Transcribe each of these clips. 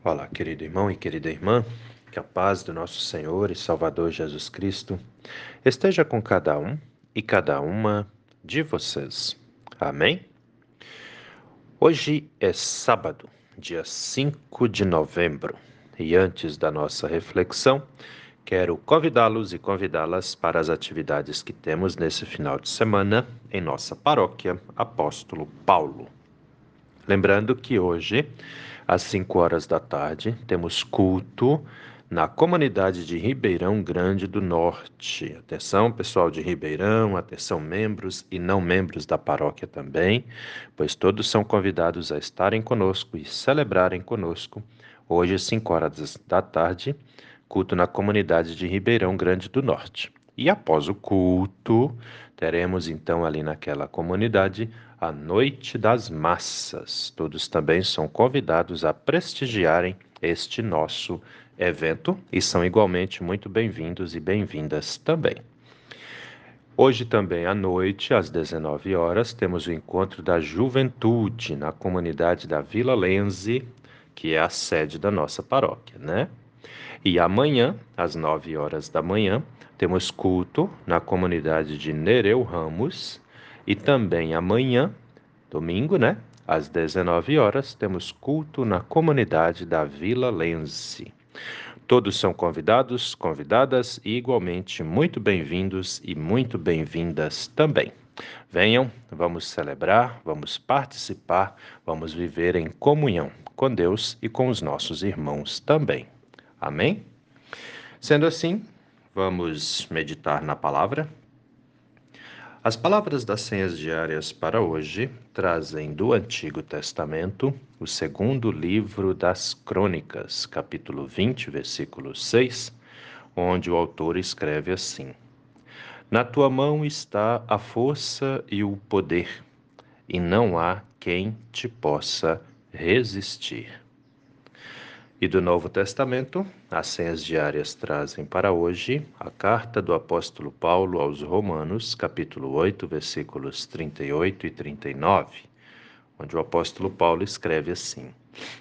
Olá, querido irmão e querida irmã, que a paz do nosso Senhor e Salvador Jesus Cristo esteja com cada um e cada uma de vocês. Amém? Hoje é sábado, dia 5 de novembro, e antes da nossa reflexão, quero convidá-los e convidá-las para as atividades que temos nesse final de semana em nossa paróquia Apóstolo Paulo. Lembrando que hoje, às 5 horas da tarde, temos culto na comunidade de Ribeirão Grande do Norte. Atenção, pessoal de Ribeirão, atenção, membros e não membros da paróquia também, pois todos são convidados a estarem conosco e celebrarem conosco. Hoje, às 5 horas da tarde, culto na comunidade de Ribeirão Grande do Norte. E após o culto, teremos então ali naquela comunidade a Noite das Massas. Todos também são convidados a prestigiarem este nosso evento e são igualmente muito bem-vindos e bem-vindas também. Hoje também à noite, às 19 horas, temos o encontro da juventude na comunidade da Vila Lense, que é a sede da nossa paróquia, né? E amanhã, às 9 horas da manhã, temos culto na comunidade de Nereu Ramos. E também amanhã, domingo, né? Às 19 horas, temos culto na comunidade da Vila Lense. Todos são convidados, convidadas e igualmente muito bem-vindos e muito bem-vindas também. Venham, vamos celebrar, vamos participar, vamos viver em comunhão com Deus e com os nossos irmãos também. Amém? Sendo assim, vamos meditar na palavra. As palavras das senhas diárias para hoje trazem do Antigo Testamento o segundo livro das Crônicas, capítulo 20, versículo 6, onde o autor escreve assim: Na tua mão está a força e o poder, e não há quem te possa resistir. E do Novo Testamento, as senhas diárias trazem para hoje a carta do apóstolo Paulo aos Romanos, capítulo 8, versículos 38 e 39, onde o apóstolo Paulo escreve assim: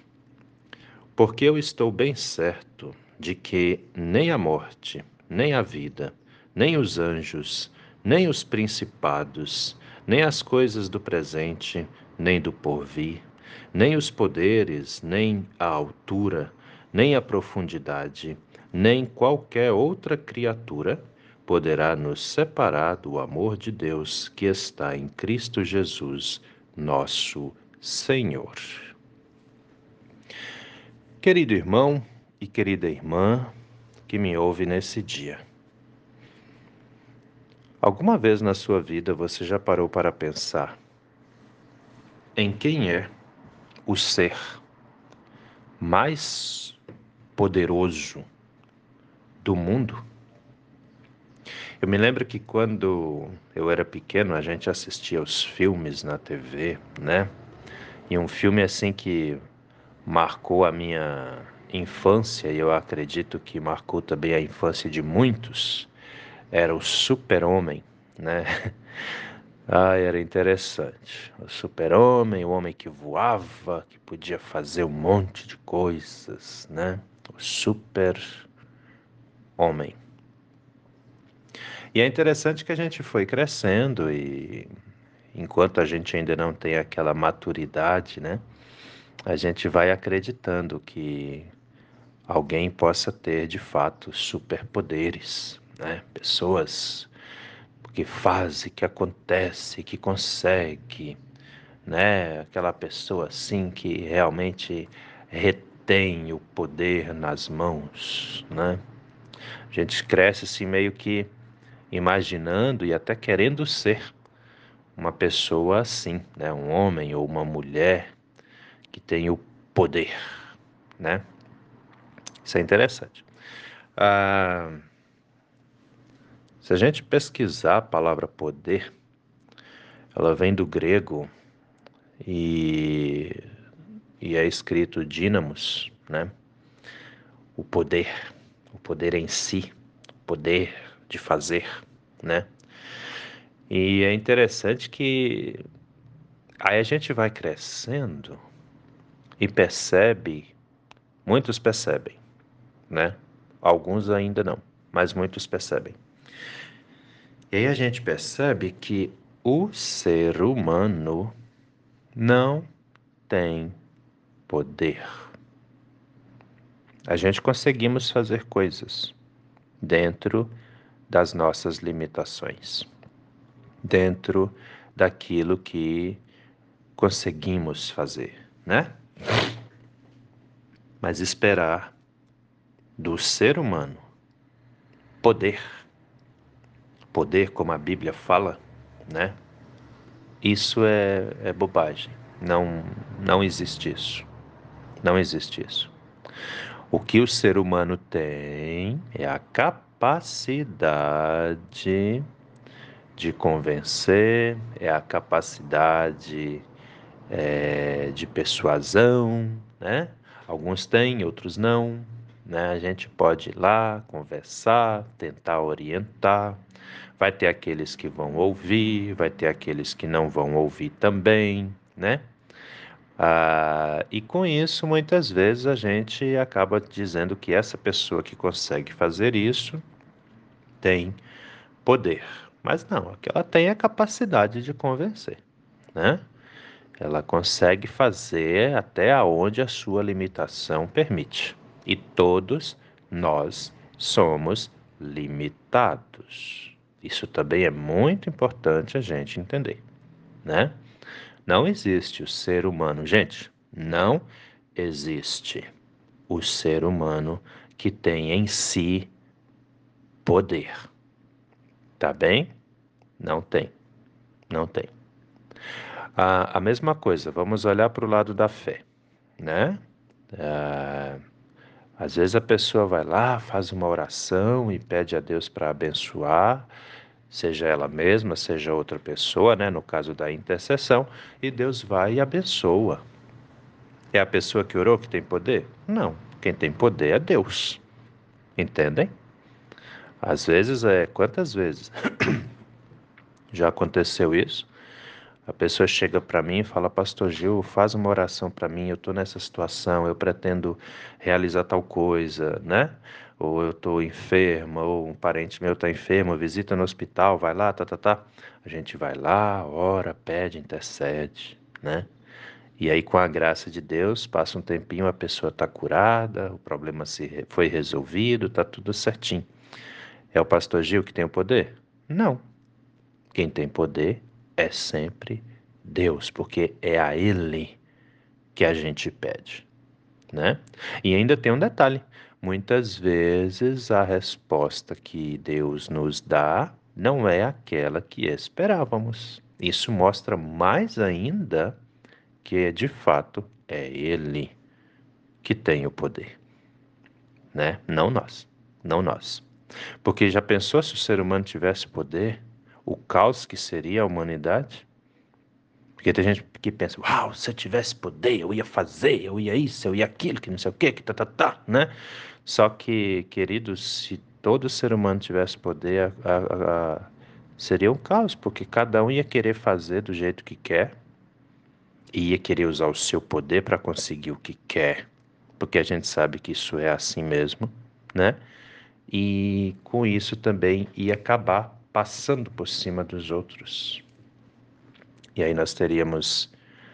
Porque eu estou bem certo de que nem a morte, nem a vida, nem os anjos, nem os principados, nem as coisas do presente, nem do porvir, nem os poderes, nem a altura, nem a profundidade, nem qualquer outra criatura poderá nos separar do amor de Deus que está em Cristo Jesus, nosso Senhor. Querido irmão e querida irmã que me ouve nesse dia, alguma vez na sua vida você já parou para pensar em quem é o ser mais poderoso do mundo? Eu me lembro que quando eu era pequeno a gente assistia os filmes na TV, né? E um filme assim que marcou a minha infância, e eu acredito que marcou também a infância de muitos, era o Super-Homem, né? Ah, era interessante. O Super-Homem, o homem que voava, que podia fazer um monte de coisas, né? O Super-Homem. E é interessante que a gente foi crescendo e enquanto a gente ainda não tem aquela maturidade, né? A gente vai acreditando que alguém possa ter de fato superpoderes, né? Pessoas que fazem, que acontece, que consegue, né? Aquela pessoa assim que realmente retém o poder nas mãos, né? A gente cresce assim meio que imaginando e até querendo ser uma pessoa assim, né? Um homem ou uma mulher que tem o poder, né? Isso é interessante. Ah, se a gente pesquisar a palavra poder, ela vem do grego e, e é escrito dínamos, né? O poder em si, o poder de fazer, né? E é interessante que aí a gente vai crescendo e percebe Muitos percebem, né? Alguns ainda não, mas muitos percebem. E aí a gente percebe que o ser humano não tem poder. A gente conseguimos fazer coisas dentro das nossas limitações, dentro daquilo que conseguimos fazer, né? Mas esperar do ser humano poder, poder como a Bíblia fala, né? Isso é bobagem. Não existe isso. Não existe isso. O que o ser humano tem é a capacidade de convencer, é a capacidade de persuasão, né? Alguns têm, outros não, né? A gente pode ir lá, conversar, tentar orientar. Vai ter aqueles que vão ouvir, vai ter aqueles que não vão ouvir também, né? E com isso, muitas vezes a gente acaba dizendo que essa pessoa que consegue fazer isso tem poder. Mas não, o que ela tem é a capacidade de convencer, né? Ela consegue fazer até onde a sua limitação permite. E todos nós somos limitados. Isso também é muito importante a gente entender, né? Não existe o ser humano, gente, não existe o ser humano que tem em si poder. Tá bem? Não tem, não tem. A mesma coisa, vamos olhar para o lado da fé, né? Ah, Às vezes a pessoa vai lá, faz uma oração e pede a Deus para abençoar, seja ela mesma, seja outra pessoa, né? No caso da intercessão, e Deus vai e abençoa. É a pessoa que orou que tem poder? Não. Quem tem poder é Deus. Entendem? Às vezes quantas vezes já aconteceu isso? A pessoa chega para mim e fala: Pastor Gil, faz uma oração para mim, eu estou nessa situação, eu pretendo realizar tal coisa, né? Ou eu estou enferma, ou um parente meu está enfermo, visita no hospital, vai lá, tá, tá, tá. A gente vai lá, ora, pede, intercede, né? E aí, com a graça de Deus, passa um tempinho, a pessoa está curada, o problema foi resolvido, está tudo certinho. É o pastor Gil que tem o poder? Não. Quem tem poder é sempre Deus, porque é a Ele que a gente pede, né? E ainda tem um detalhe: muitas vezes a resposta que Deus nos dá não é aquela que esperávamos. Isso mostra mais ainda que de fato é Ele que tem o poder, né? Não nós, não nós. Porque já pensou se o ser humano tivesse poder, o caos que seria a humanidade? Porque tem gente que pensa, uau, se eu tivesse poder, eu ia fazer, eu ia isso, eu ia aquilo, que não sei o quê, que tá, tá, tá, né? Só que, queridos, se todo ser humano tivesse poder, seria um caos, porque cada um ia querer fazer do jeito que quer, e ia querer usar o seu poder para conseguir o que quer, porque a gente sabe que isso é assim mesmo, né? E com isso também ia acabar passando por cima dos outros. E aí nós teríamos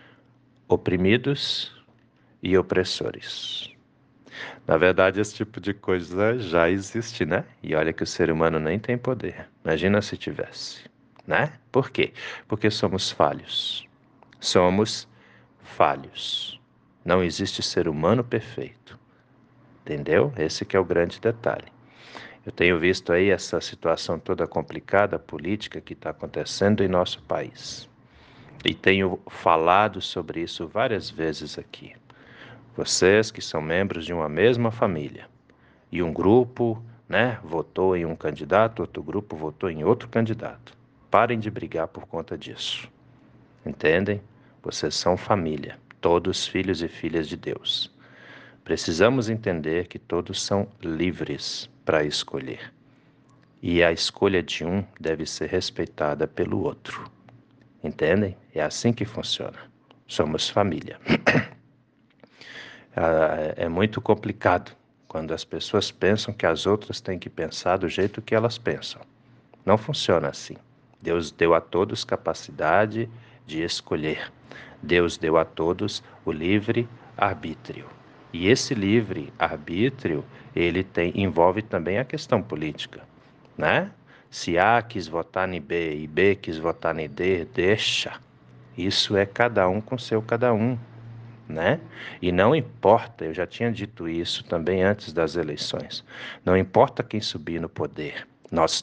oprimidos e opressores. Na verdade, esse tipo de coisa já existe, né? E olha que o ser humano nem tem poder. Imagina se tivesse, né? Por quê? Porque somos falhos. Somos falhos. Não existe ser humano perfeito. Entendeu? Esse que é o grande detalhe. Eu tenho visto aí essa situação toda complicada, política, que está acontecendo em nosso país. E tenho falado sobre isso várias vezes aqui. Vocês que são membros de uma mesma família e um grupo, né, votou em um candidato, outro grupo votou em outro candidato. Parem de brigar por conta disso. Entendem? Vocês são família, todos filhos e filhas de Deus. Precisamos entender que todos são livres para escolher. E a escolha de um deve ser respeitada pelo outro. Entendem? É assim que funciona. Somos família. É muito complicado quando as pessoas pensam que as outras têm que pensar do jeito que elas pensam. Não funciona assim. Deus deu a todos capacidade de escolher. Deus deu a todos o livre arbítrio. E esse livre arbítrio, envolve também a questão política, né? Se A quis votar em B e B quis votar em D, deixa. Isso é cada um com seu cada um, né? E não importa, eu já tinha dito isso também antes das eleições, não importa quem subir no poder, nós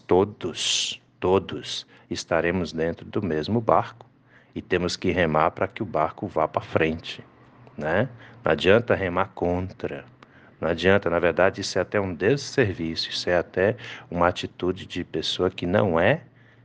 todos estaremos dentro do mesmo barco e temos que remar para que o barco vá para frente, né? Não adianta remar contra, não adianta, na verdade, isso é até um desserviço, isso é até uma atitude de pessoa que não é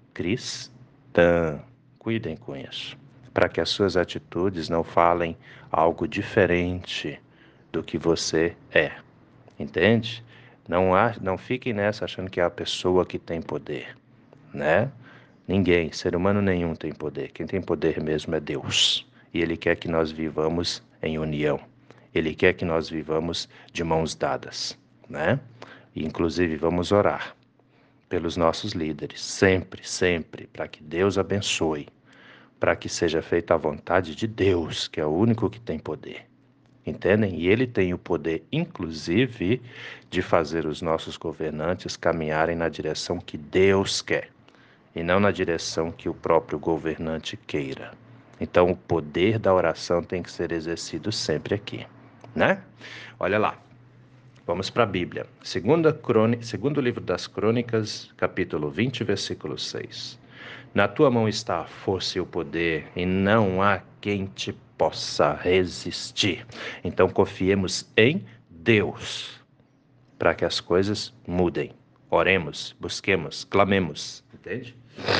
cristã. Cuidem com isso, para que as suas atitudes não falem algo diferente do que você é, entende? Não fiquem nessa achando que é a pessoa que tem poder, né? Ninguém, ser humano nenhum tem poder. Quem tem poder mesmo é Deus. E Ele quer que nós vivamos em união. Ele quer que nós vivamos de mãos dadas, né? E, inclusive, vamos orar pelos nossos líderes, sempre, para que Deus abençoe, para que seja feita a vontade de Deus, que é o único que tem poder. Entendem? E ele tem o poder, inclusive, de fazer os nossos governantes caminharem na direção que Deus quer e não na direção que o próprio governante queira. Então, o poder da oração tem que ser exercido sempre aqui, né? Olha lá, vamos para a Bíblia. Segundo livro das Crônicas, capítulo 20, versículo 6. Na tua mão está a força e o poder, e não há quem te possa resistir. Então, confiemos em Deus para que as coisas mudem. Oremos, busquemos, clamemos, entende?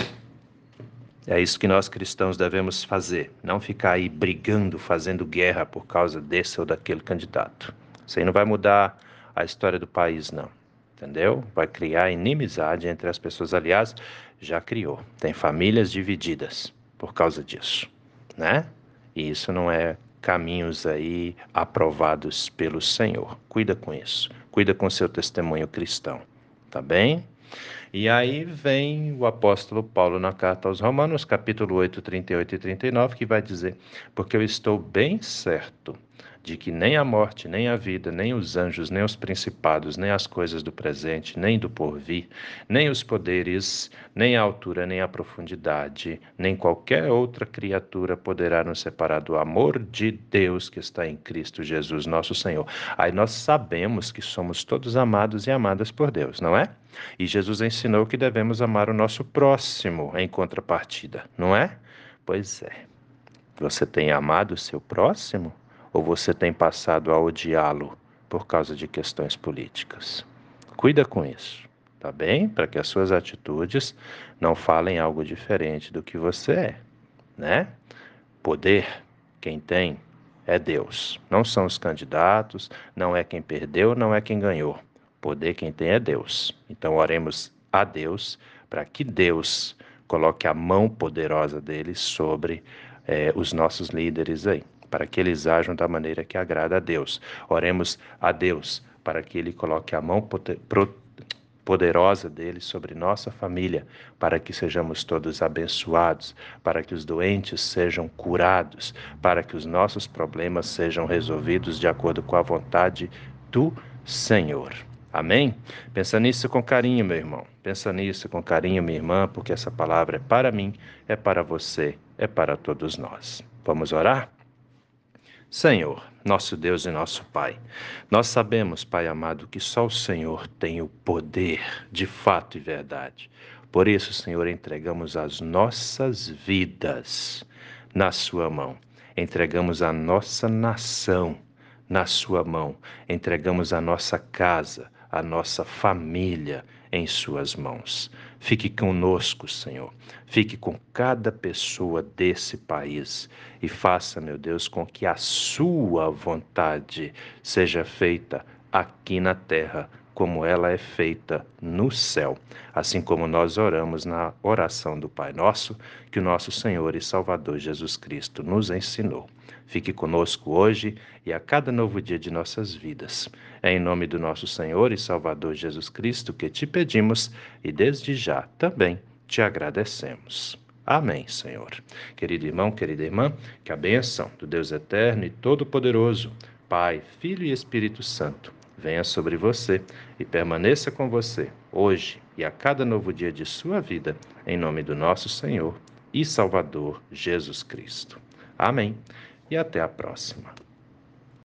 É isso que nós cristãos devemos fazer, não ficar aí brigando, fazendo guerra por causa desse ou daquele candidato. Isso aí não vai mudar a história do país, não, entendeu? Vai criar inimizade entre as pessoas. Aliás, já criou. Tem famílias divididas por causa disso, né? E isso não é caminhos aí aprovados pelo Senhor. Cuida com isso. Cuida com seu testemunho cristão, tá bem? E aí vem o apóstolo Paulo na carta aos Romanos, capítulo 8, 38 e 39, que vai dizer: porque eu estou bem certo de que nem a morte, nem a vida, nem os anjos, nem os principados, nem as coisas do presente, nem do porvir, nem os poderes, nem a altura, nem a profundidade, nem qualquer outra criatura poderá nos separar do amor de Deus que está em Cristo Jesus, nosso Senhor. Aí nós sabemos que somos todos amados e amadas por Deus, não é? E Jesus ensinou que devemos amar o nosso próximo em contrapartida, não é? Pois é. Você tem amado o seu próximo ou você tem passado a odiá-lo por causa de questões políticas? Cuida com isso, tá bem? Para que as suas atitudes não falem algo diferente do que você é, né? Poder, quem tem é Deus. Não são os candidatos, não é quem perdeu, não é quem ganhou. Poder quem tem é Deus. Então oremos a Deus para que Deus coloque a mão poderosa dele sobre os nossos líderes aí, para que eles ajam da maneira que agrada a Deus. Oremos a Deus para que ele coloque a mão poderosa dele sobre nossa família, para que sejamos todos abençoados, para que os doentes sejam curados, para que os nossos problemas sejam resolvidos de acordo com a vontade do Senhor. Amém? Pensa nisso com carinho, meu irmão. Pensa nisso com carinho, minha irmã, porque essa palavra é para mim, é para você, é para todos nós. Vamos orar? Senhor, nosso Deus e nosso Pai, nós sabemos, Pai amado, que só o Senhor tem o poder de fato e verdade. Por isso, Senhor, entregamos as nossas vidas na Sua mão, entregamos a nossa nação na Sua mão, entregamos a nossa casa, a nossa família em Suas mãos. Fique conosco, Senhor. Fique com cada pessoa desse país e faça, meu Deus, com que a Sua vontade seja feita aqui na terra, como ela é feita no céu. Assim como nós oramos na oração do Pai Nosso, que o nosso Senhor e Salvador Jesus Cristo nos ensinou. Fique conosco hoje e a cada novo dia de nossas vidas. É em nome do nosso Senhor e Salvador Jesus Cristo que te pedimos e desde já também te agradecemos. Amém, Senhor. Querido irmão, querida irmã, que a bênção do Deus eterno e todo-poderoso, Pai, Filho e Espírito Santo, venha sobre você e permaneça com você, hoje e a cada novo dia de sua vida, em nome do nosso Senhor e Salvador Jesus Cristo. Amém. E até a próxima.